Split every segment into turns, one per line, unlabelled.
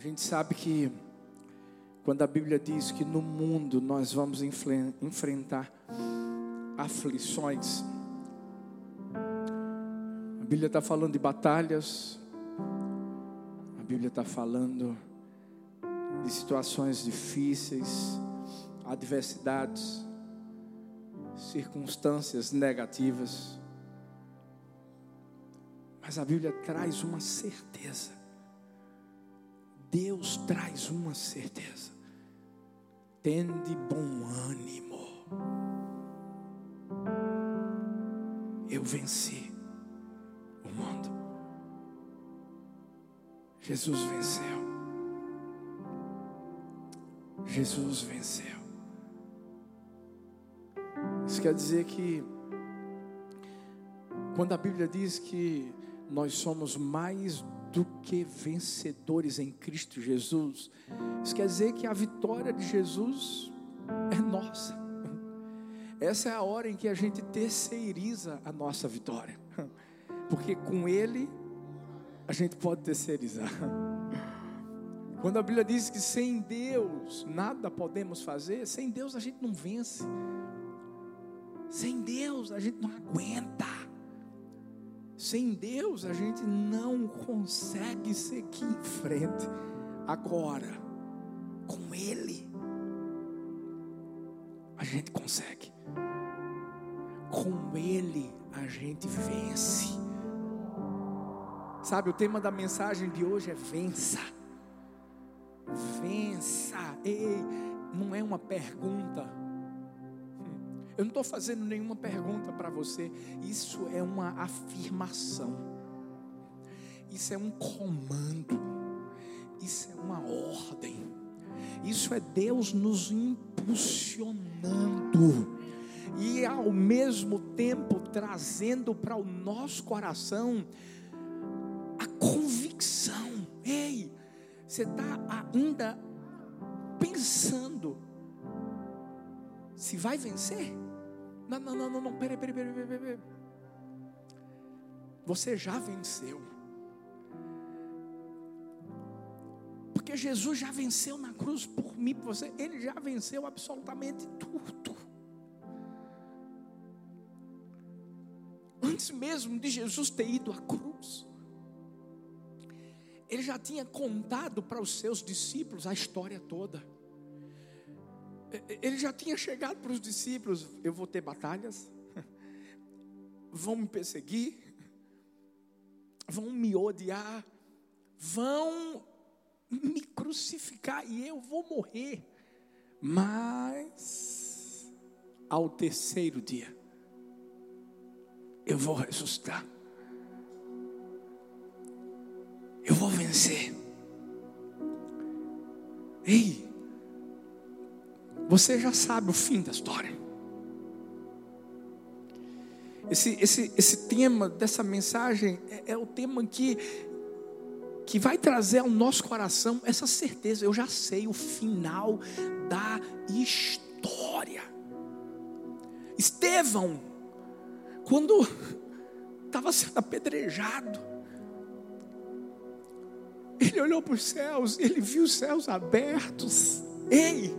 gente sabe que quando a Bíblia diz que no mundo nós vamos enfrentar aflições, a Bíblia está falando de batalhas, a Bíblia está falando de situações difíceis, adversidades, circunstâncias negativas. Mas a Bíblia traz uma certeza. Deus traz uma certeza. Tende bom ânimo. Eu venci o mundo. Jesus venceu. Jesus venceu. Isso quer dizer que quando a Bíblia diz que nós somos mais do que vencedores em Cristo Jesus, isso quer dizer que a vitória de Jesus é nossa. Essa é a hora em que a gente terceiriza a nossa vitória, porque com Ele a gente pode terceirizar. Quando a Bíblia diz que sem Deus nada podemos fazer, sem Deus a gente não vence, sem Deus a gente não aguenta, sem Deus a gente não consegue seguir em frente. Agora, com Ele, a gente consegue. Com Ele, a gente vence. Sabe, o tema da mensagem de hoje é vença. Vença. Ei, não é uma pergunta. Eu não estou fazendo nenhuma pergunta para você. Isso é uma afirmação. Isso é um comando. Isso é uma ordem. Isso é Deus nos impulsionando. E ao mesmo tempo trazendo para o nosso coração a convicção. Ei, você está ainda pensando se vai vencer? Não, peraí. Você já venceu. Porque Jesus já venceu na cruz por mim, por você. Ele já venceu absolutamente tudo. Antes mesmo de Jesus ter ido à cruz, Ele já tinha contado para os seus discípulos a história toda. Ele já tinha chegado para os discípulos: eu vou ter batalhas, vão me perseguir, vão me odiar, vão me crucificar e eu vou morrer, mas ao terceiro dia eu vou ressuscitar, eu vou vencer. Ei, você já sabe o fim da história. Esse tema dessa mensagem é o tema que vai trazer ao nosso coração essa certeza. Eu já sei o final da história. Estevão, quando estava sendo apedrejado, ele olhou para os céus, ele viu os céus abertos. Ei,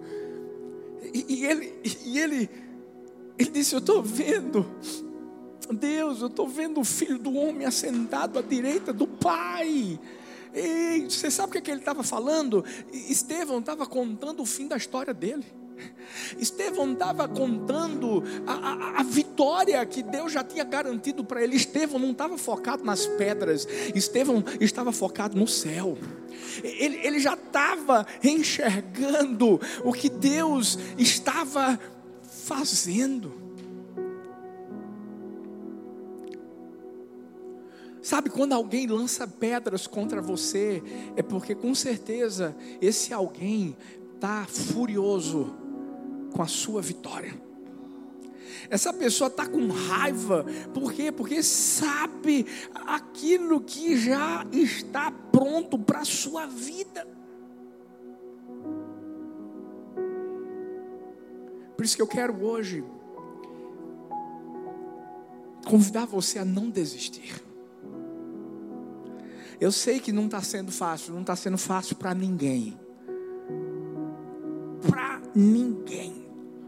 e ele disse: eu estou vendo Deus, eu estou vendo o Filho do Homem assentado à direita do Pai. Ei, você sabe o que ele estava falando? Estevão estava contando o fim da história dele. Estevão estava contando a vitória que Deus já tinha garantido para ele. Estevão não estava focado nas pedras, Estevão estava focado no céu. Ele já estava enxergando o que Deus estava fazendo. Sabe, quando alguém lança pedras contra você, é porque com certeza esse alguém está furioso com a sua vitória. Essa pessoa está com raiva. Por quê? Porque sabe aquilo que já está pronto para a sua vida. Por isso que eu quero hoje convidar você a não desistir, Eu sei que não está sendo fácil, não está sendo fácil para ninguém. Para ninguém.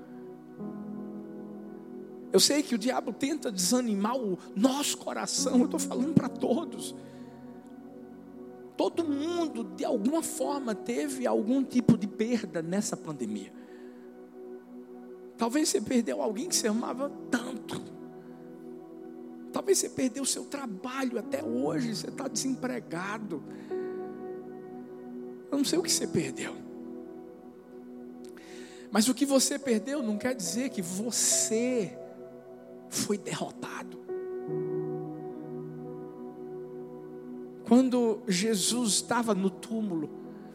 Eu sei que o diabo tenta desanimar o nosso coração. Eu estou falando para todos. Todo mundo, de alguma forma, teve algum tipo de perda nessa pandemia. Talvez você perdeu alguém que você amava tanto. Talvez você perdeu o seu trabalho até hoje. Você está desempregado. Eu não sei o que você perdeu. Mas o que você perdeu não quer dizer que você foi derrotado. Quando Jesus estava no túmulo,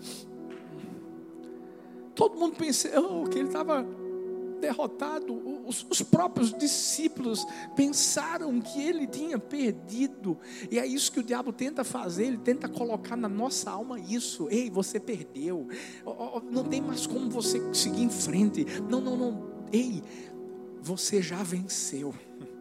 todo mundo pensou que ele estava derrotado. Os próprios discípulos pensaram que ele tinha perdido. E é isso que o diabo tenta fazer. Ele tenta colocar na nossa alma isso. Ei, você perdeu. Não tem mais como você seguir em frente. Não. Ei, você já venceu.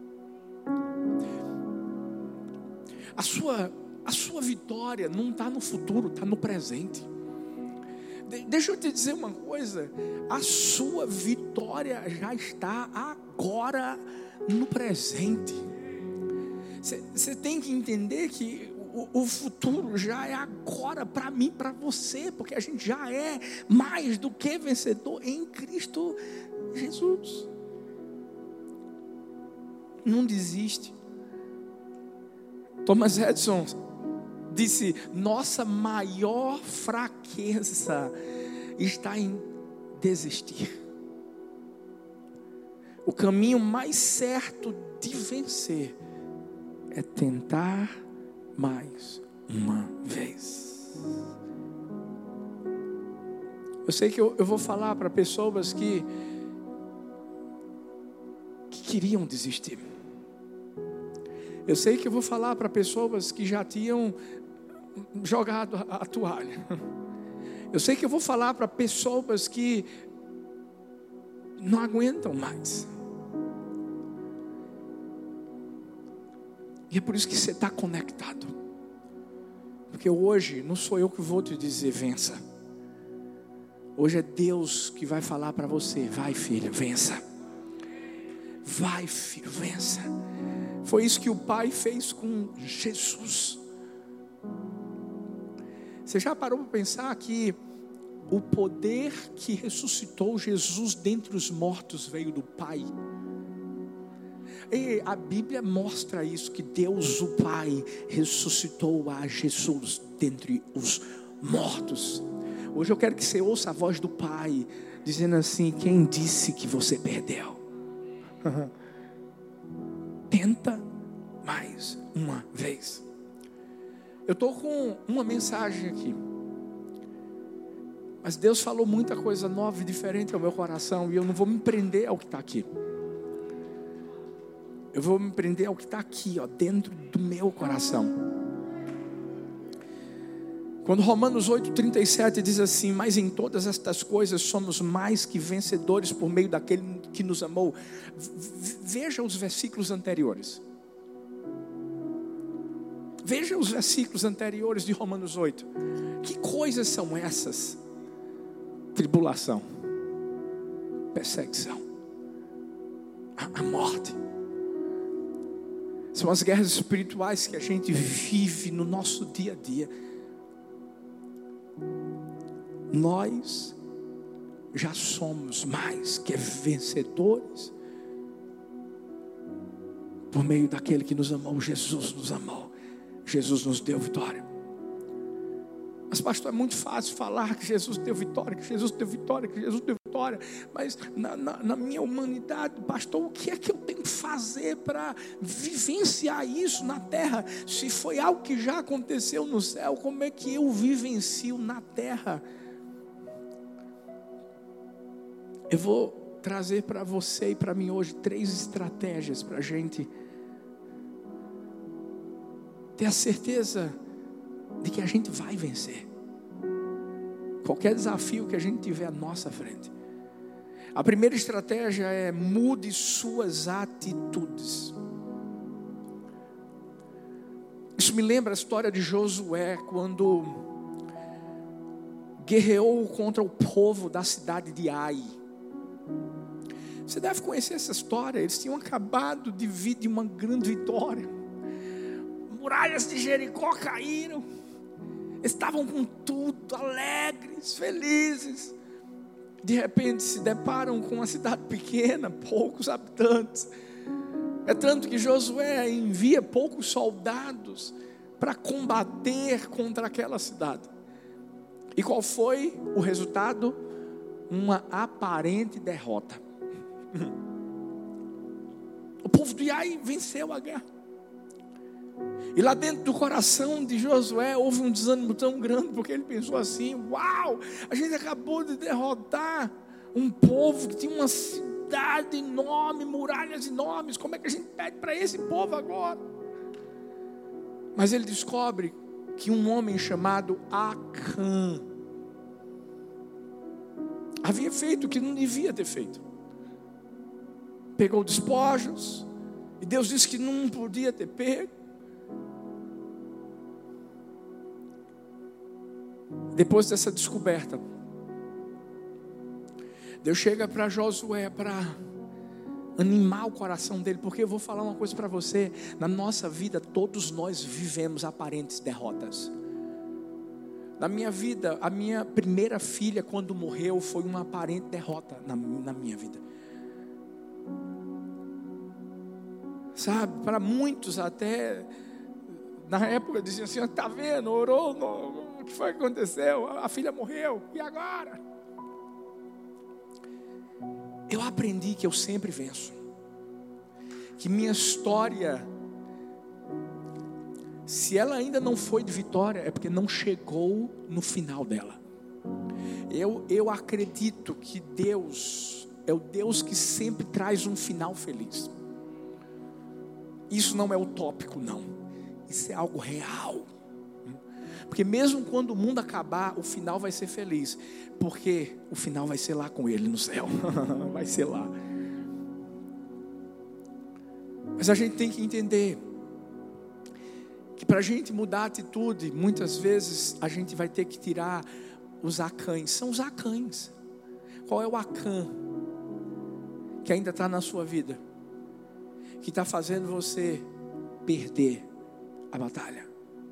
A sua vitória não está no futuro, está no presente. Deixa eu te dizer uma coisa. A sua vitória já está agora no presente. Você tem que entender que o futuro já é agora para mim, para você, porque a gente já é mais do que vencedor em Cristo Jesus. Não desiste. Thomas Edison disse: nossa maior fraqueza está em desistir. O caminho mais certo de vencer é tentar mais uma vez. Eu sei que eu vou falar para pessoas que queriam desistir. Eu sei que eu vou falar para pessoas que já tinham jogado a toalha. Eu sei que eu vou falar para pessoas que não aguentam mais. E é por isso que você está conectado. Porque hoje não sou eu que vou te dizer vença. Hoje é Deus que vai falar para você: vai, filho, vença. Vai, filho, vença. Foi isso que o Pai fez com Jesus. Você já parou para pensar que o poder que ressuscitou Jesus dentre os mortos veio do Pai? E a Bíblia mostra isso, que Deus, o Pai, ressuscitou a Jesus dentre os mortos. Hoje eu quero que você ouça a voz do Pai, dizendo assim: quem disse que você perdeu? Tenta mais uma vez. Eu estou com uma mensagem aqui, mas Deus falou muita coisa nova e diferente ao meu coração, e eu não vou me prender ao que está aqui. Eu vou me prender ao que está aqui, dentro do meu coração. Quando Romanos 8,37 diz assim: mas em todas estas coisas somos mais que vencedores por meio daquele que nos amou. Veja os versículos anteriores. Veja os versículos anteriores de Romanos 8. Que coisas são essas? Tribulação, perseguição, a morte. São as guerras espirituais que a gente vive no nosso dia a dia. Nós já somos mais que vencedores por meio daquele que nos amou. Jesus nos amou. Jesus nos deu vitória. Mas pastor, é muito fácil falar que Jesus deu vitória, que Jesus deu vitória, que Jesus deu vitória. Mas na minha humanidade, pastor, o que é que eu tenho que fazer para vivenciar isso na terra? Se foi algo que já aconteceu no céu, como é que eu vivencio na terra? Eu vou trazer para você e para mim hoje 3 estratégias para a gente ter a certeza de que a gente vai vencer qualquer desafio que a gente tiver à nossa frente. A primeira estratégia é: mude suas atitudes. Isso me lembra a história de Josué, quando guerreou contra o povo da cidade de Ai. Você deve conhecer essa história. Eles tinham acabado de vir de uma grande vitória. Muralhas de Jericó caíram. Estavam com tudo, alegres, felizes. De repente se deparam com uma cidade pequena, poucos habitantes. É tanto que Josué envia poucos soldados para combater contra aquela cidade. E qual foi o resultado? Uma aparente derrota. O povo de Ai venceu a guerra. E lá dentro do coração de Josué houve um desânimo tão grande, porque ele pensou assim: uau, a gente acabou de derrotar um povo que tinha uma cidade enorme, muralhas enormes, como é que a gente pede para esse povo agora? Mas ele descobre que um homem chamado Acã havia feito o que não devia ter feito. Pegou despojos, e Deus disse que não podia ter pego. Depois dessa descoberta, Deus chega para Josué para animar o coração dele, porque eu vou falar uma coisa para você: na nossa vida todos nós vivemos aparentes derrotas. Na minha vida, a minha primeira filha, quando morreu, foi uma aparente derrota na minha vida. Sabe, para muitos até, na época diziam assim: está vendo, orou, o que foi que aconteceu? A filha morreu, e agora? Eu aprendi que eu sempre venço. Que minha história, se ela ainda não foi de vitória, é porque não chegou no final dela. Eu acredito que Deus é o Deus que sempre traz um final feliz. Isso não é utópico, não. Isso é algo real. Porque mesmo quando o mundo acabar, o final vai ser feliz. Porque o final vai ser lá com Ele no céu. Vai ser lá. Mas a gente tem que entender que para a gente mudar a atitude, muitas vezes a gente vai ter que tirar os acães. São os acães. Qual é o acã que ainda está na sua vida, que está fazendo você perder a batalha?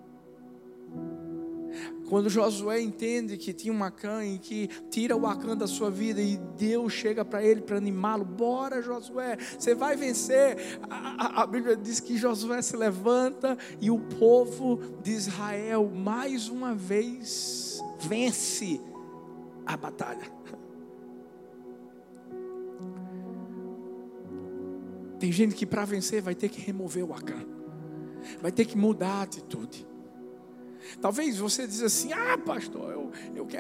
Quando Josué entende que tinha um Acã e que tira o Acã da sua vida, e Deus chega para ele para animá-lo: bora Josué, você vai vencer. A Bíblia diz que Josué se levanta e o povo de Israel mais uma vez vence a batalha. Tem gente que para vencer vai ter que remover o Acã, vai ter que mudar a atitude. Talvez você diz assim: ah, pastor,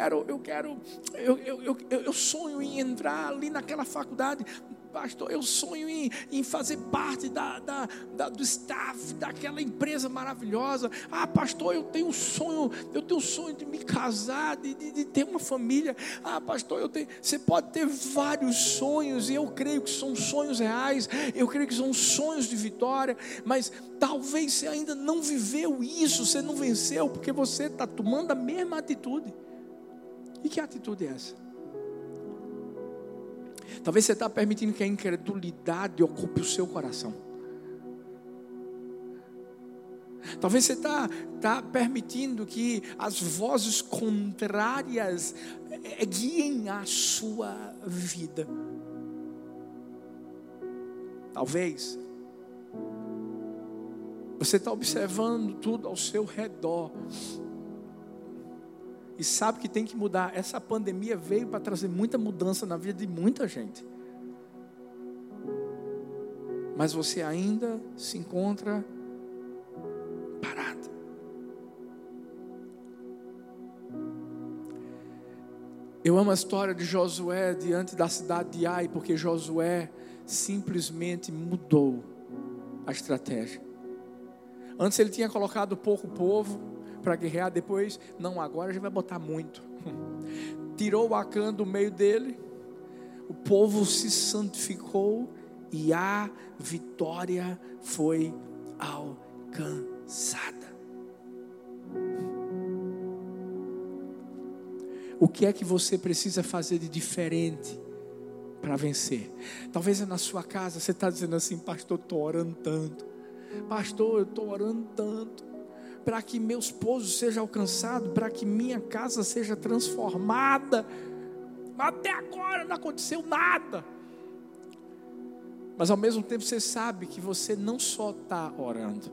eu sonho em entrar ali naquela faculdade. Pastor, eu sonho em fazer parte do staff daquela empresa maravilhosa. Ah, pastor, eu tenho um sonho de me casar, de ter uma família. Ah, pastor, você pode ter vários sonhos, e eu creio que são sonhos reais, eu creio que são sonhos de vitória, mas talvez você ainda não viveu isso, você não venceu, porque você está tomando a mesma atitude. E que atitude é essa? Talvez você está permitindo que a incredulidade ocupe o seu coração. Talvez você está permitindo que as vozes contrárias guiem a sua vida. Talvez você está observando tudo ao seu redor e sabe que tem que mudar. Essa pandemia veio para trazer muita mudança na vida de muita gente. Mas você ainda se encontra parado. Eu amo a história de Josué diante da cidade de Ai, porque Josué simplesmente mudou a estratégia. Antes ele tinha colocado pouco povo para guerrear, depois, não, agora a gente vai botar muito. Tirou o Acã do meio dele, o povo se santificou e a vitória foi alcançada. O que é que você precisa fazer de diferente para vencer? Talvez é na sua casa, você está dizendo assim: pastor, eu estou orando tanto. Pastor, eu estou orando tanto para que meu esposo seja alcançado, para que minha casa seja transformada. Até agora não aconteceu nada. Mas ao mesmo tempo você sabe que você não só está orando,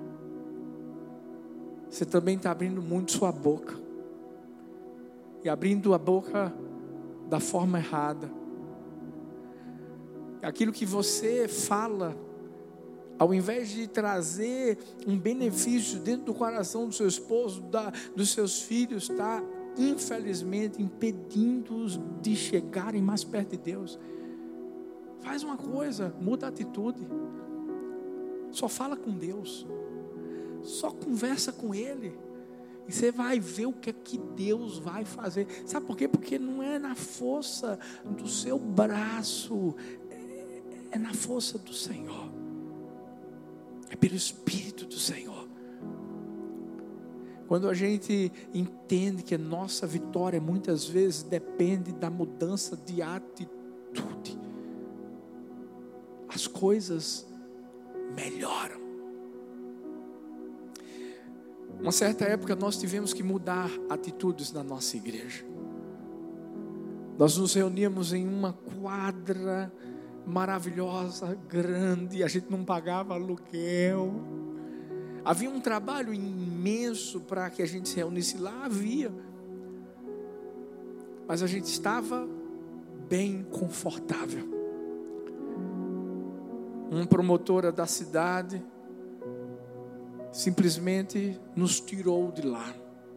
você também está abrindo muito sua boca. E abrindo a boca da forma errada. Aquilo que você fala, ao invés de trazer um benefício dentro do coração do seu esposo, dos seus filhos, está infelizmente impedindo-os de chegarem mais perto de Deus. Faz uma coisa, muda a atitude. Só fala com Deus. Só conversa com Ele. E você vai ver o que é que Deus vai fazer. Sabe por quê? Porque não é na força do seu braço, é na força do Senhor. É pelo Espírito do Senhor. Quando a gente entende que a nossa vitória muitas vezes depende da mudança de atitude, as coisas melhoram. Uma certa época nós tivemos que mudar atitudes na nossa igreja. Nós nos reuníamos em uma quadra maravilhosa, grande, a gente não pagava aluguel. Havia um trabalho imenso para que a gente se reunisse lá, havia. Mas a gente estava bem confortável. Uma promotora da cidade simplesmente nos tirou de lá.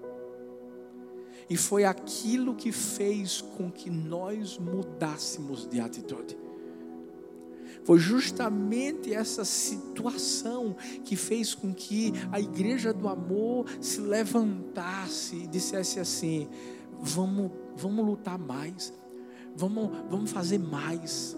E foi aquilo que fez com que nós mudássemos de atitude. Foi justamente essa situação que fez com que a Igreja do Amor se levantasse e dissesse assim: vamos lutar mais, vamos fazer mais.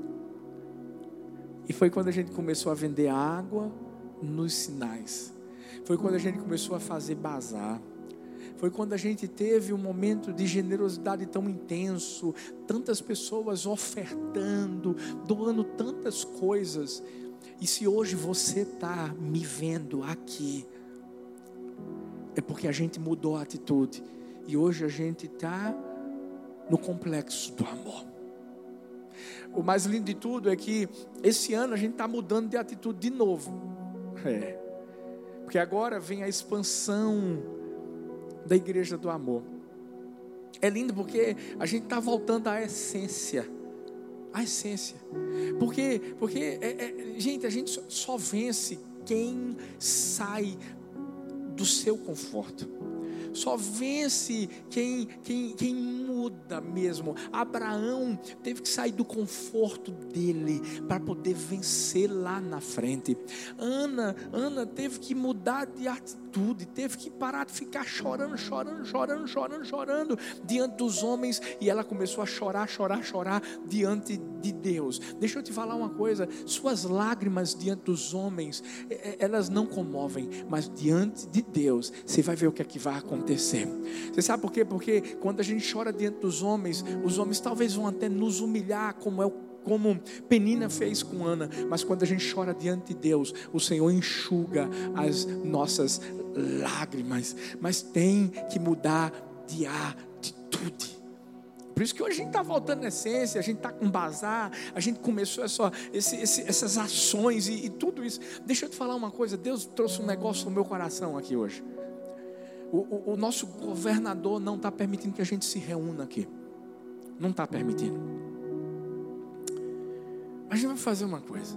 E foi quando a gente começou a vender água nos sinais. Foi quando a gente começou a fazer bazar. Foi quando a gente teve um momento de generosidade tão intenso, tantas pessoas ofertando, doando tantas coisas. E se hoje você está me vendo aqui, é porque a gente mudou a atitude. E hoje a gente está no complexo do amor. O mais lindo de tudo é que esse ano a gente está mudando de atitude de novo. Porque agora vem a expansão da Igreja do Amor. É lindo porque a gente está voltando à essência. A essência. Porque gente, a gente só vence quem sai do seu conforto. Só vence quem muda mesmo. Abraão teve que sair do conforto dele para poder vencer lá na frente. Ana teve que mudar de atitude, teve que parar de ficar chorando diante dos homens, e ela começou a chorar diante de Deus. Deixa eu te falar uma coisa: suas lágrimas diante dos homens, elas não comovem, mas diante de Deus, você vai ver o que é que vai acontecer. Você sabe por quê? Porque quando a gente chora diante dos homens, os homens talvez vão até nos humilhar, como Penina fez com Ana. Mas quando a gente chora diante de Deus, o Senhor enxuga as nossas lágrimas. Mas tem que mudar de atitude. Por isso que hoje a gente está voltando na essência, a gente está com bazar, a gente começou essas ações e tudo isso. Deixa eu te falar uma coisa: Deus trouxe um negócio no meu coração aqui hoje. O nosso governador não está permitindo que a gente se reúna aqui. Não está permitindo. Mas a gente vai fazer uma coisa.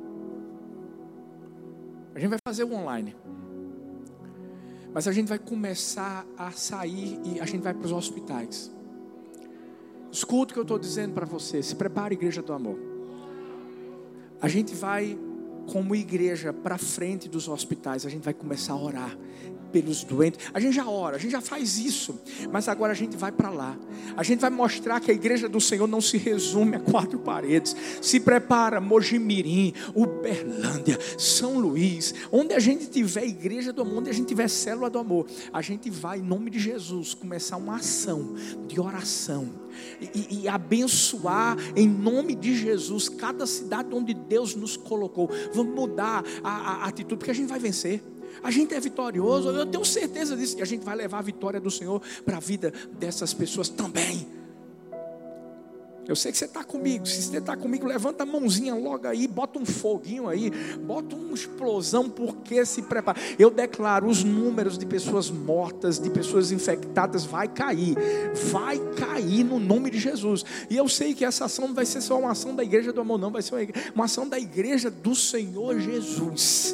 A gente vai fazer o online. Mas a gente vai começar a sair e a gente vai para os hospitais. Escuta o que eu estou dizendo para você. Se prepare, Igreja do Amor. A gente vai, como igreja, para frente dos hospitais. A gente vai começar a orar pelos doentes. A gente já ora, a gente já faz isso, mas agora a gente vai para lá. A gente vai mostrar que a igreja do Senhor não se resume a 4 paredes. Se prepara, Mojimirim, o Uberlândia, São Luís, onde a gente tiver igreja do amor, onde a gente tiver célula do amor, a gente vai, em nome de Jesus, começar uma ação de oração e abençoar em nome de Jesus cada cidade onde Deus nos colocou. Vamos mudar a atitude, porque a gente vai vencer. A gente é vitorioso, eu tenho certeza disso, que a gente vai levar a vitória do Senhor para a vida dessas pessoas também. Eu sei que você está comigo. Se você está comigo, levanta a mãozinha logo aí, bota um foguinho aí, bota uma explosão, porque se prepara. Eu declaro, os números de pessoas mortas, de pessoas infectadas, vai cair no nome de Jesus. E eu sei que essa ação não vai ser só uma ação da igreja do amor, não, vai ser uma ação da igreja do Senhor Jesus.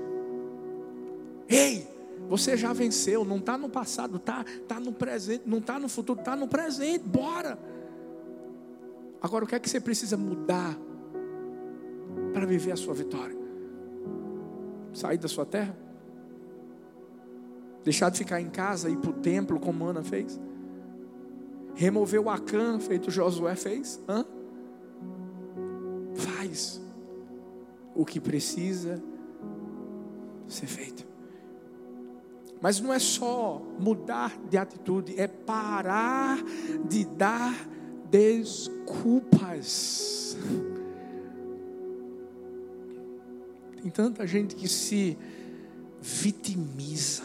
Ei, você já venceu, não está no passado, está no presente, não está no futuro, está no presente, bora. Agora, o que é que você precisa mudar para viver a sua vitória? Sair da sua terra? Deixar de ficar em casa e ir para o templo, como Ana fez? Remover o Acã, feito Josué fez? Faz o que precisa ser feito. Mas não é só mudar de atitude, é parar de dar desculpas. Tem tanta gente que se vitimiza.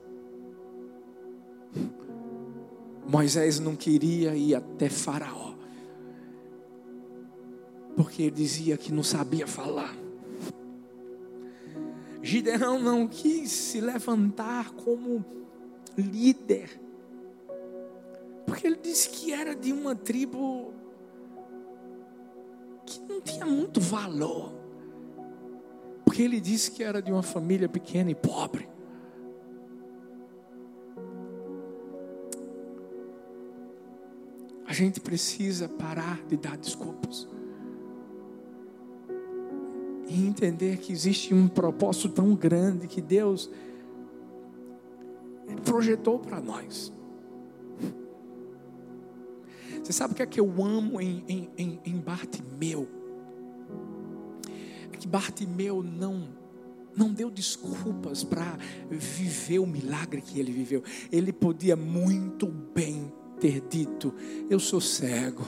Moisés não queria ir até Faraó, porque ele dizia que não sabia falar. Gideão não quis se levantar como líder, porque ele disse que era de uma tribo que não tinha muito valor. Porque ele disse que era de uma família pequena e pobre. A gente precisa parar de dar desculpas. E entender que existe um propósito tão grande que Deus projetou para nós. Você sabe o que é que eu amo em Bartimeu? É que Bartimeu não deu desculpas para viver o milagre que ele viveu. Ele podia muito bem ter dito: eu sou cego.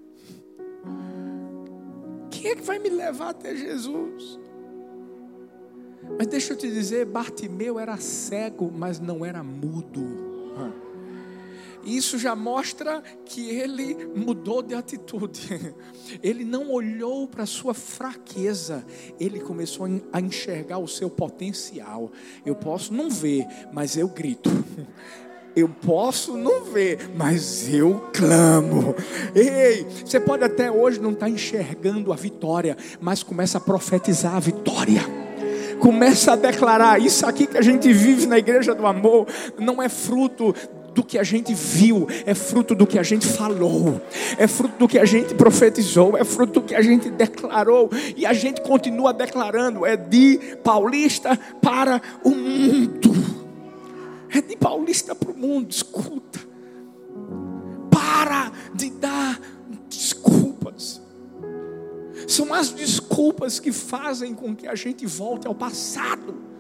Quem é que vai me levar até Jesus? Mas deixa eu te dizer, Bartimeu era cego, mas não era mudo. Isso já mostra que ele mudou de atitude. Ele não olhou para a sua fraqueza. Ele começou a enxergar o seu potencial. Eu posso não ver, mas eu grito. Eu posso não ver, mas eu clamo. Ei, você pode até hoje não estar enxergando a vitória, mas começa a profetizar a vitória. Começa a declarar. Isso aqui que a gente vive na igreja do amor não é fruto do que a gente viu, é fruto do que a gente falou, é fruto do que a gente profetizou, é fruto do que a gente declarou, e a gente continua declarando. É de Paulista para o mundo. É de Paulista para o mundo. Escuta, para de dar desculpas. São as desculpas que fazem com que a gente volte ao passado.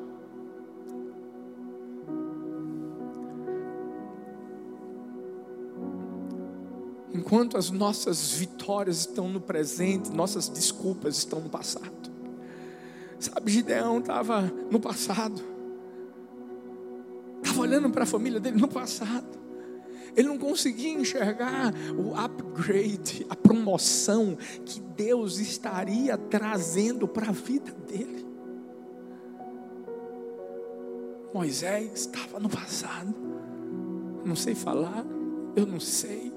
Enquanto as nossas vitórias estão no presente, nossas desculpas estão no passado. Sabe, Gideão estava no passado. Estava olhando para a família dele no passado. Ele não conseguia enxergar o upgrade, a promoção que Deus estaria trazendo para a vida dele. Moisés estava no passado. Não sei falar, eu não sei.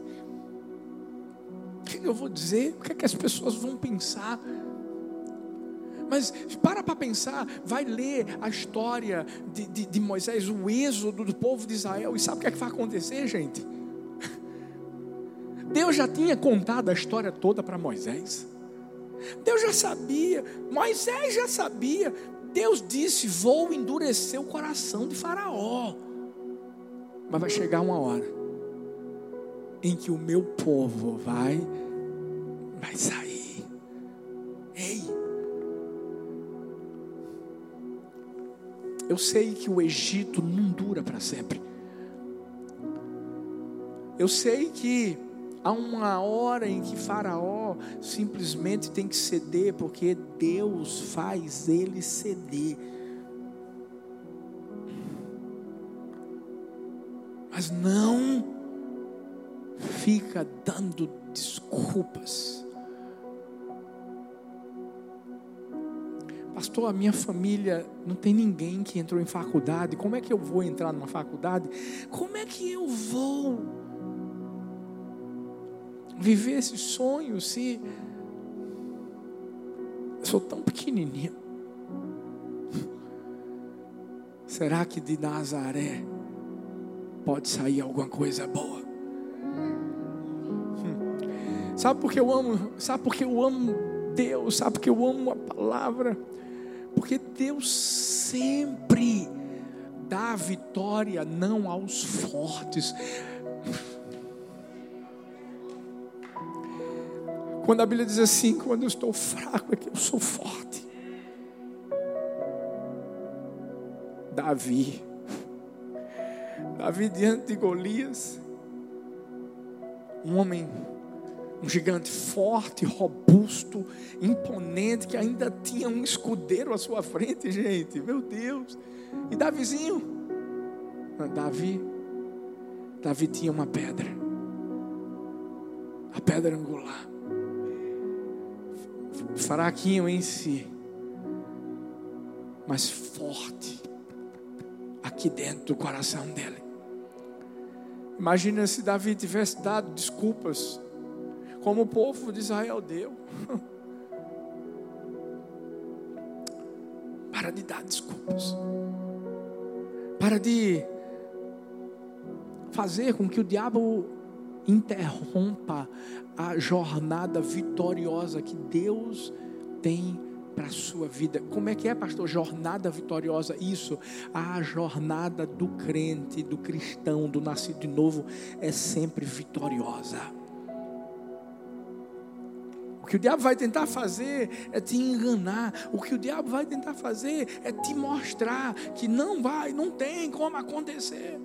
O que eu vou dizer? O que é que as pessoas vão pensar? Mas para pensar, vai ler a história de Moisés, o êxodo do povo de Israel, e sabe o que é que vai acontecer, gente? Deus já tinha contado a história toda para Moisés. Deus já sabia, Moisés já sabia. Deus disse: vou endurecer o coração de Faraó. Mas vai chegar uma hora em que o meu povo vai sair. Ei, Eu sei que o Egito não dura para sempre. Eu sei que há uma hora em que Faraó simplesmente tem que ceder, porque Deus faz ele ceder. Mas não fica dando desculpas. Pastor, a minha família não tem ninguém que entrou em faculdade. Como é que eu vou entrar numa faculdade? Como é que eu vou viver esse sonho se eu sou tão pequenininho? Será que de Nazaré pode sair alguma coisa boa? Sabe por que eu amo? Sabe por que eu amo Deus? Sabe por que eu amo a palavra? Porque Deus sempre dá a vitória não aos fortes. Quando a Bíblia diz assim, quando eu estou fraco é que eu sou forte. Davi diante de Golias, um homem, um gigante forte, robusto, imponente, que ainda tinha um escudeiro à sua frente, gente, meu Deus. E Davizinho, Davi tinha uma pedra, a pedra angular, fraquinho em si, mas forte aqui dentro do coração dele. Imagina se Davi tivesse dado desculpas, como o povo de Israel deu. Para de dar desculpas. Para de fazer com que o diabo interrompa a jornada vitoriosa que Deus tem para a sua vida. Como é que é, pastor? Jornada vitoriosa. Isso, a jornada do crente, do cristão, do nascido de novo é sempre vitoriosa. O que o diabo vai tentar fazer é te enganar. O que o diabo vai tentar fazer é te mostrar que não tem como acontecer.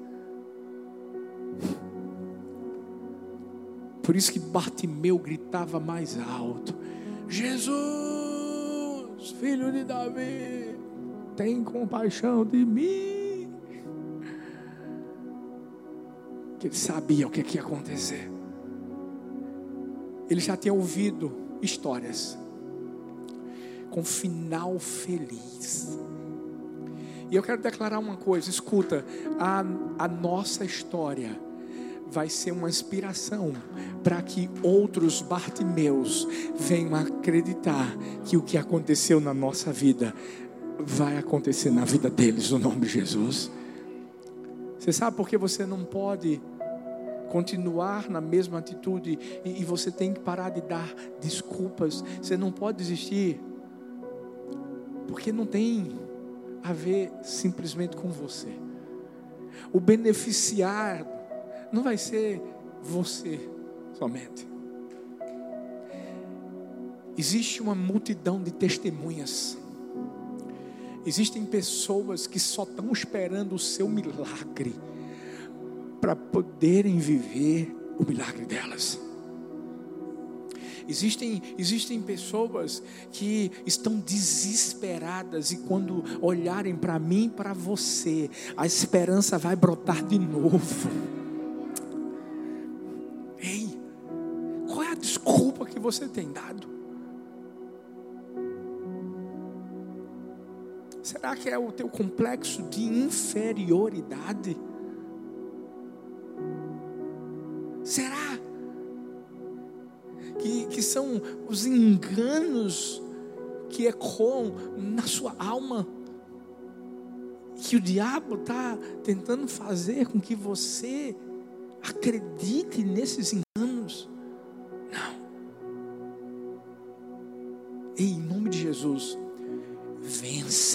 Por isso que Bartimeu gritava mais alto: Jesus, filho de Davi, tem compaixão de mim. Que ele sabia o que ia acontecer. Ele já tinha ouvido histórias com final feliz. E eu quero declarar uma coisa, escuta, a nossa história vai ser uma inspiração para que outros Bartimeus venham acreditar que o que aconteceu na nossa vida vai acontecer na vida deles, no nome de Jesus. Você sabe por que você não pode continuar na mesma atitude e você tem que parar de dar desculpas? Você não pode desistir, porque não tem a ver simplesmente com você. O beneficiar não vai ser você somente. Existe uma multidão de testemunhas. Existem pessoas que só estão esperando o seu milagre para poderem viver o milagre delas. Existem pessoas que estão desesperadas e quando olharem para mim e para você, a esperança vai brotar de novo. Ei, qual é a desculpa que você tem dado? Será que é o teu complexo de inferioridade? Será que são os enganos que ecoam na sua alma, que o diabo está tentando fazer com que você acredite nesses enganos? Não. Ei, em nome de Jesus, vença.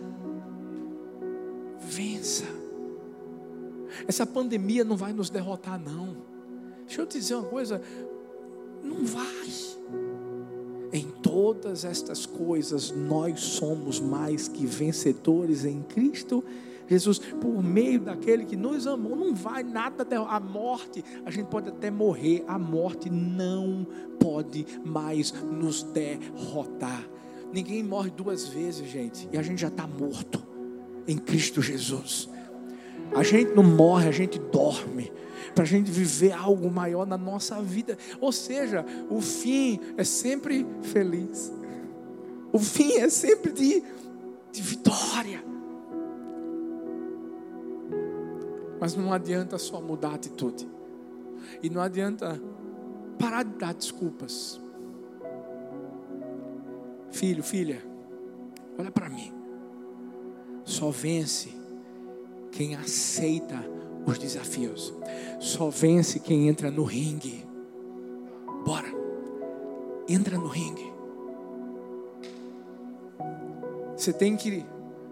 Vença. Essa pandemia não vai nos derrotar, não. Deixa eu te dizer uma coisa, não vai. Em todas estas coisas nós somos mais que vencedores em Cristo Jesus, por meio daquele que nos amou. Não vai nada, a morte, a gente pode até morrer, a morte não pode mais nos derrotar. Ninguém morre duas vezes, gente, e a gente já está morto em Cristo Jesus. A gente não morre, a gente dorme, para a gente viver algo maior na nossa vida. Ou seja, o fim é sempre feliz, o fim é sempre de vitória. Mas não adianta só mudar a atitude, e não adianta parar de dar desculpas. Filho, filha, olha para mim. Só vence quem aceita os desafios. Só vence quem entra no ringue. Bora, entra no ringue. Você tem que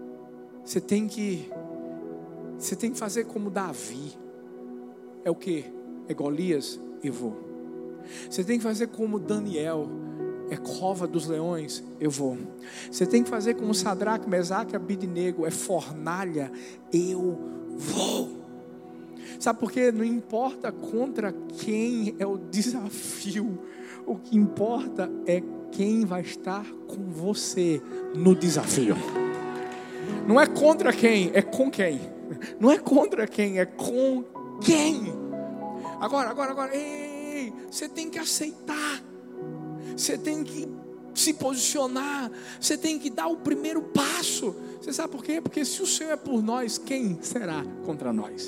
fazer como Davi. É o que? É Golias? Eu vou. Você tem que fazer como Daniel. É cova dos leões? Eu vou. Você tem que fazer como Sadraque, Mesaque e Abidnego. É fornalha? Eu vou. Sabe por quê? Não importa contra quem é o desafio. O que importa é quem vai estar com você no desafio. Não é contra quem, é com quem. Não é contra quem, é com quem. Agora, ei, você tem que aceitar. Você tem que se posicionar. Você tem que dar o primeiro passo. Você sabe por quê? Porque se o Senhor é por nós, quem será contra nós?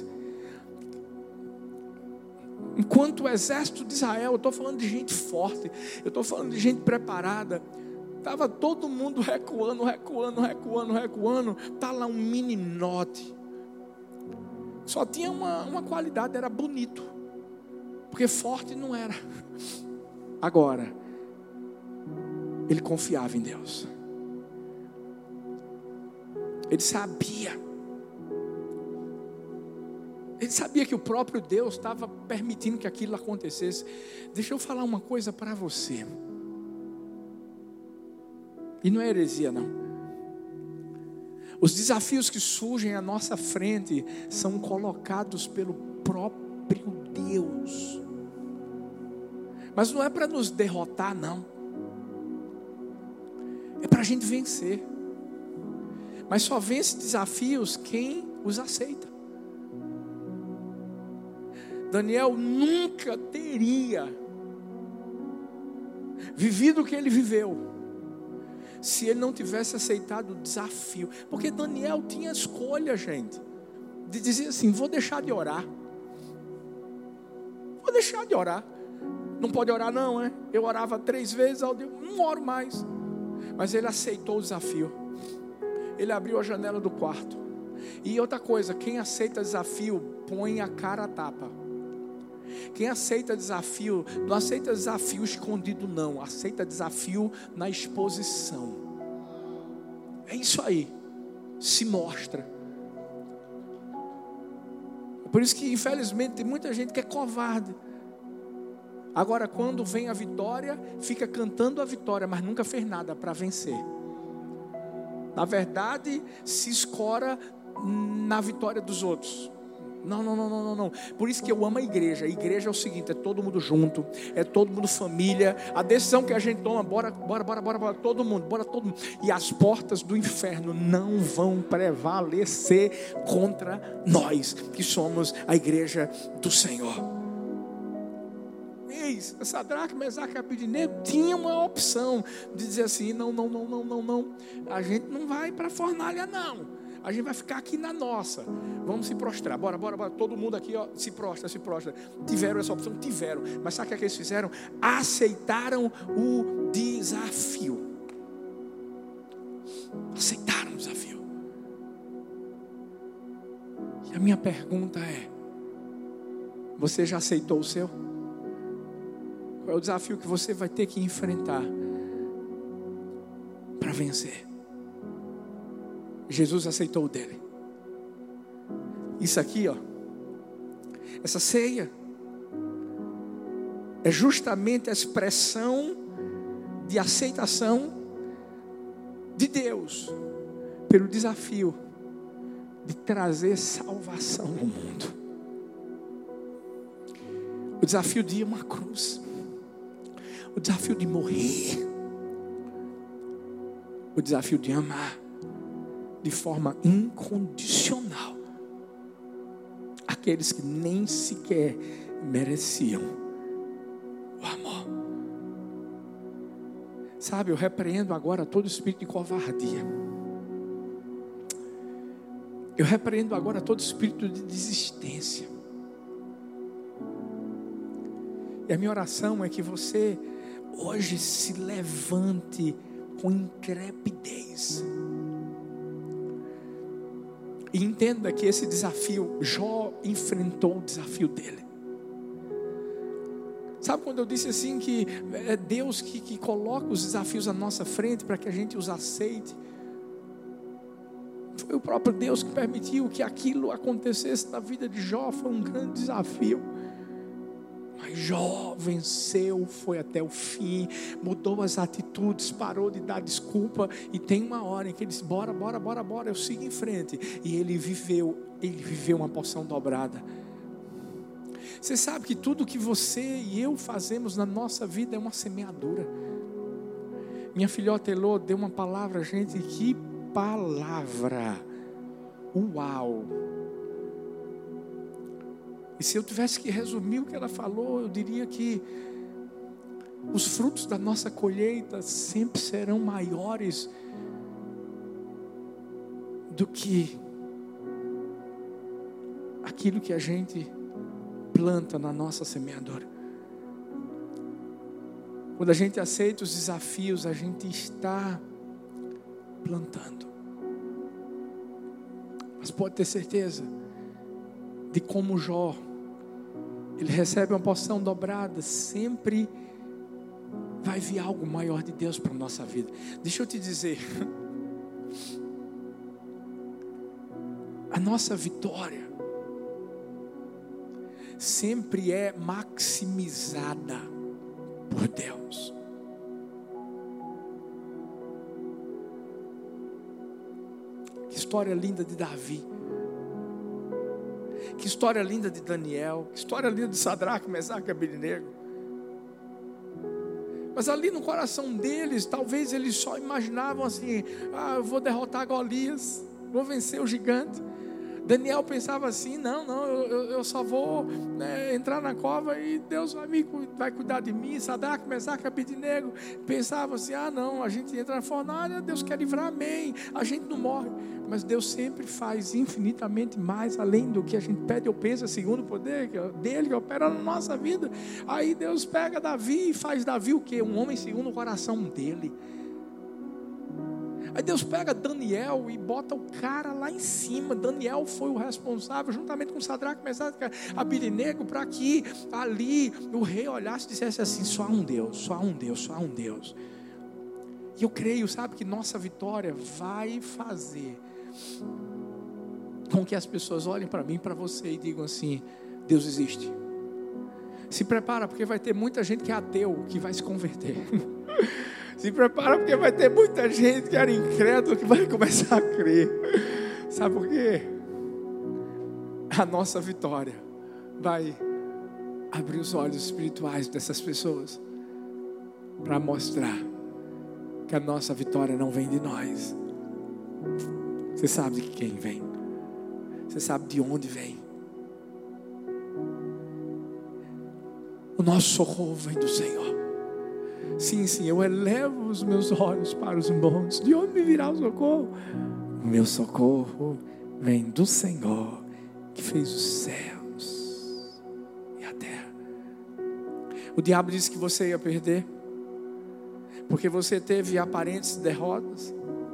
Enquanto o exército de Israel, eu estou falando de gente forte, eu estou falando de gente preparada. Estava todo mundo recuando. Está lá um meninote. Só tinha uma qualidade, era bonito. Porque forte não era. Agora, ele confiava em Deus. Ele sabia que o próprio Deus estava permitindo que aquilo acontecesse. Deixa eu falar uma coisa para você. E não é heresia, não. Os desafios que surgem à nossa frente são colocados pelo próprio Deus. Mas não é para nos derrotar, não. É para a gente vencer. Mas só vence desafios quem os aceita. Daniel nunca teria vivido o que ele viveu se ele não tivesse aceitado o desafio. Porque Daniel tinha escolha, gente, de dizer assim: vou deixar de orar. Vou deixar de orar. Não pode orar não, é? Eu orava 3 vezes ao dia, não oro mais. Mas ele aceitou o desafio. Ele abriu a janela do quarto. E outra coisa, quem aceita desafio, põe a cara a tapa. Quem aceita desafio, não aceita desafio escondido não, aceita desafio na exposição. É isso aí, se mostra. É por isso que infelizmente tem muita gente que é covarde. Agora quando vem a vitória, fica cantando a vitória, mas nunca fez nada para vencer. Na verdade, se escora na vitória dos outros. Não. Por isso que eu amo a igreja. A igreja é o seguinte: é todo mundo junto, é todo mundo família. A decisão que a gente toma, bora, todo mundo. E as portas do inferno não vão prevalecer contra nós, que somos a igreja do Senhor. Sadraque, Mesaque e Abidnego tinha uma opção de dizer assim: não, a gente não vai para a fornalha não, a gente vai ficar aqui na nossa, vamos se prostrar, bora, todo mundo aqui ó, se prostra. Tiveram essa opção? Tiveram, mas sabe o que eles fizeram? Aceitaram o desafio. Aceitaram o desafio. E a minha pergunta é: você já aceitou o seu? Qual é o desafio que você vai ter que enfrentar para vencer? Jesus aceitou o dele. Isso aqui, ó, essa ceia é justamente a expressão de aceitação de Deus pelo desafio de trazer salvação ao mundo. O desafio de ir a uma cruz. O desafio de morrer. O desafio de amar de forma incondicional aqueles que nem sequer mereciam o amor. Sabe, eu repreendo agora todo espírito de covardia. Eu repreendo agora todo espírito de desistência. E a minha oração é que você hoje se levante com intrepidez. E entenda que esse desafio, Jó enfrentou o desafio dele. Sabe quando eu disse assim que é Deus que coloca os desafios à nossa frente para que a gente os aceite? Foi o próprio Deus que permitiu que aquilo acontecesse na vida de Jó. Foi um grande desafio. Mas Jó venceu, foi até o fim, mudou as atitudes, parou de dar desculpa. E tem uma hora em que ele disse: bora, eu sigo em frente. E ele viveu uma porção dobrada. Você sabe que tudo que você e eu fazemos na nossa vida é uma semeadura. Minha filhota Elô deu uma palavra, gente, que palavra! Uau! E se eu tivesse que resumir o que ela falou, eu diria que os frutos da nossa colheita sempre serão maiores do que aquilo que a gente planta na nossa semeadora. Quando a gente aceita os desafios, a gente está plantando. Mas pode ter certeza de como Jó, ele recebe uma porção dobrada, sempre vai vir algo maior de Deus para a nossa vida. Deixa eu te dizer, a nossa vitória sempre é maximizada por Deus. Que história linda de Davi. Que história linda de Daniel. Que história linda de Sadraque, Mesaque e Abednego. Mas ali no coração deles, talvez eles só imaginavam assim: eu vou derrotar Golias, vou vencer o gigante. Daniel pensava assim: eu só vou entrar na cova e Deus vai cuidar de mim. Sadraque, Mesaque e Abednego pensavam assim: a gente entra na fornalha, Deus quer livrar, amém, a gente não morre. Mas Deus sempre faz infinitamente mais além do que a gente pede ou pensa, segundo o poder dele que opera na nossa vida. Aí Deus pega Davi e faz Davi o quê? Um homem segundo o coração dele. Aí Deus pega Daniel e bota o cara lá em cima. Daniel foi o responsável, juntamente com Sadraque, Mesaque e Abednego, para que ali o rei olhasse e dissesse assim: só há um Deus, só há um Deus, só há um Deus. E eu creio, sabe, que nossa vitória vai fazer com que as pessoas olhem para mim e para você e digam assim: Deus existe. Se prepara, porque vai ter muita gente que é ateu que vai se converter. Se prepara, porque vai ter muita gente que era incrédulo que vai começar a crer. Sabe por quê? A nossa vitória vai abrir os olhos espirituais dessas pessoas para mostrar que a nossa vitória não vem de nós. Você sabe de quem vem. Você sabe de onde vem. O nosso socorro vem do Senhor. Sim, eu elevo os meus olhos para os montes. De onde me virá o socorro? O meu socorro vem do Senhor, que fez os céus e a terra. O diabo disse que você ia perder, porque você teve aparentes derrotas.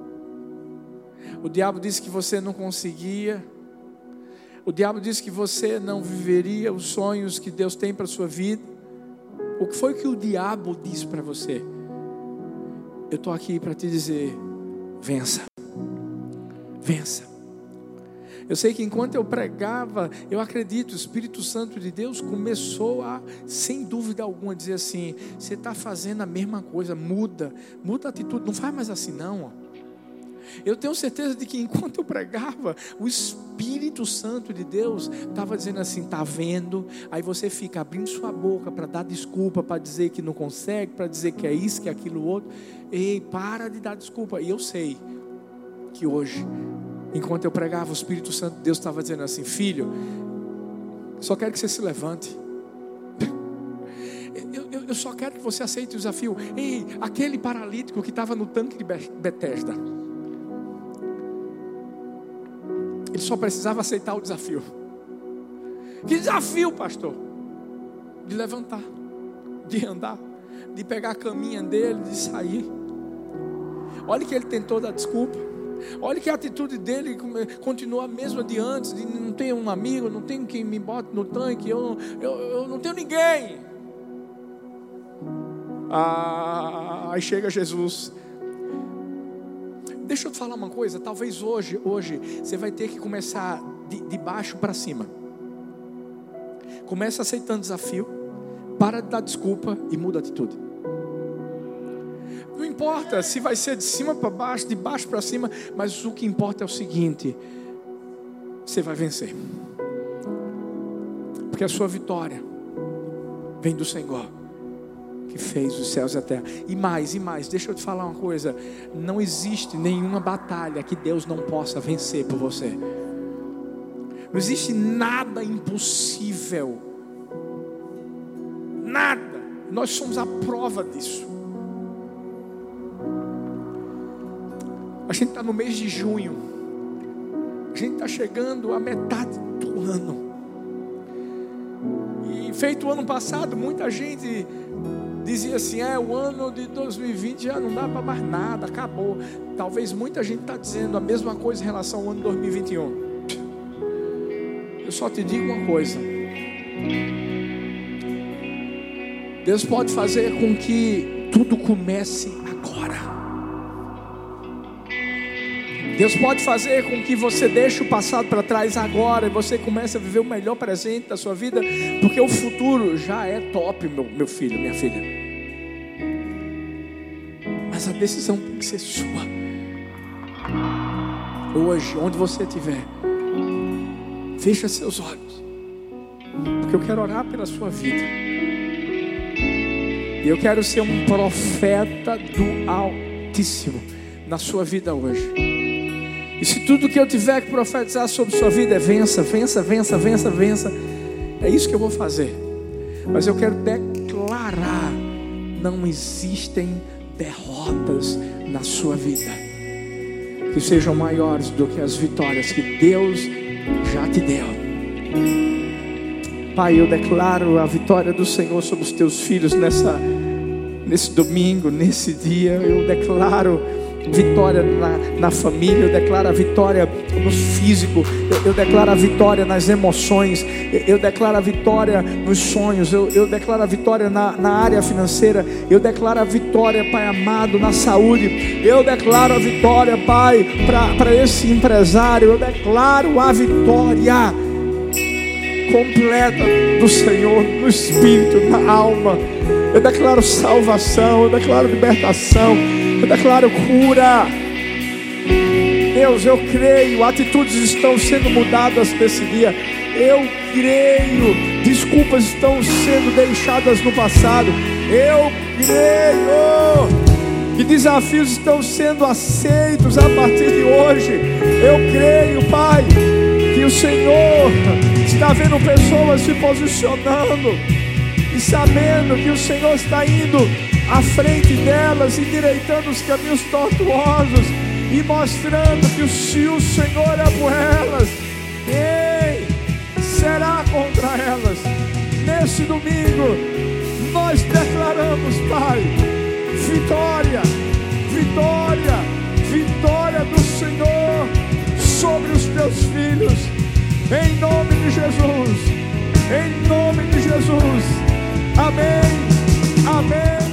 O diabo disse que você não conseguia. O diabo disse que você não viveria os sonhos que Deus tem para a sua vida. O que foi que o diabo disse para você? Eu estou aqui para te dizer: vença. Vença. Eu sei que enquanto eu pregava, eu acredito, o Espírito Santo de Deus começou a, sem dúvida alguma, dizer assim: você está fazendo a mesma coisa, muda a atitude, não faz mais assim não, ó. Eu tenho certeza de que enquanto eu pregava, o Espírito Santo de Deus estava dizendo assim: está vendo? Aí você fica abrindo sua boca para dar desculpa, para dizer que não consegue, para dizer que é isso, que é aquilo outro. Ei, para de dar desculpa. E eu sei que hoje, enquanto eu pregava, o Espírito Santo de Deus estava dizendo assim: filho, só quero que você se levante. Eu só quero que você aceite o desafio. Ei, aquele paralítico que estava no tanque de Betesda, ele só precisava aceitar o desafio. Que desafio, pastor? De levantar, de andar, de pegar a caminha dele, de sair. Olha que ele tentou dar desculpa. Olha que a atitude dele continua a mesma de antes. De não tenho um amigo, não tenho quem me bote no tanque, eu não tenho ninguém. Aí chega Jesus. Deixa eu te falar uma coisa. Talvez hoje você vai ter que começar de baixo para cima. Começa aceitando desafio, para de dar desculpa e muda a atitude. Não importa se vai ser de cima para baixo, de baixo para cima, mas o que importa é o seguinte: você vai vencer, porque a sua vitória vem do Senhor, que fez os céus e a terra. E mais, deixa eu te falar uma coisa: não existe nenhuma batalha que Deus não possa vencer por você. Não existe nada impossível. Nada. Nós somos a prova disso. A gente está no mês de junho. A gente está chegando à metade do ano. E feito o ano passado, muita gente dizia assim: o ano de 2020 já não dá para mais nada, acabou. Talvez muita gente está dizendo a mesma coisa em relação ao ano de 2021. Eu só te digo uma coisa: Deus pode fazer com que tudo comece agora. Deus pode fazer com que você deixe o passado para trás agora e você comece a viver o melhor presente da sua vida, porque o futuro já é top, meu filho, minha filha. Mas a decisão tem que ser sua. Hoje, onde você estiver, fecha seus olhos, porque eu quero orar pela sua vida. E eu quero ser um profeta do Altíssimo na sua vida hoje. E se tudo que eu tiver que profetizar sobre sua vida é vença, vença, vença, vença, vença, é isso que eu vou fazer. Mas eu quero declarar: não existem derrotas na sua vida que sejam maiores do que as vitórias que Deus já te deu. Pai, eu declaro a vitória do Senhor sobre os teus filhos nesse domingo, nesse dia. Eu declaro vitória na família, eu declaro a vitória no físico, eu declaro a vitória nas emoções, eu declaro a vitória nos sonhos, eu declaro a vitória na área financeira, eu declaro a vitória, Pai amado, na saúde, eu declaro a vitória, Pai, para esse empresário, eu declaro a vitória completa do Senhor no espírito, na alma. Eu declaro salvação, eu declaro libertação, eu declaro cura. Deus, eu creio, atitudes estão sendo mudadas nesse dia. Eu creio, desculpas estão sendo deixadas no passado. Eu creio que desafios estão sendo aceitos a partir de hoje. Eu creio, Pai, que o Senhor está vendo pessoas se posicionando e sabendo que o Senhor está indo à frente delas, endireitando os caminhos tortuosos e mostrando que se o Senhor é por elas, quem será contra elas? Nesse domingo nós declaramos, Pai, vitória, vitória, vitória do Senhor sobre os teus filhos, em nome de Jesus, em nome de Jesus. Amém, amém.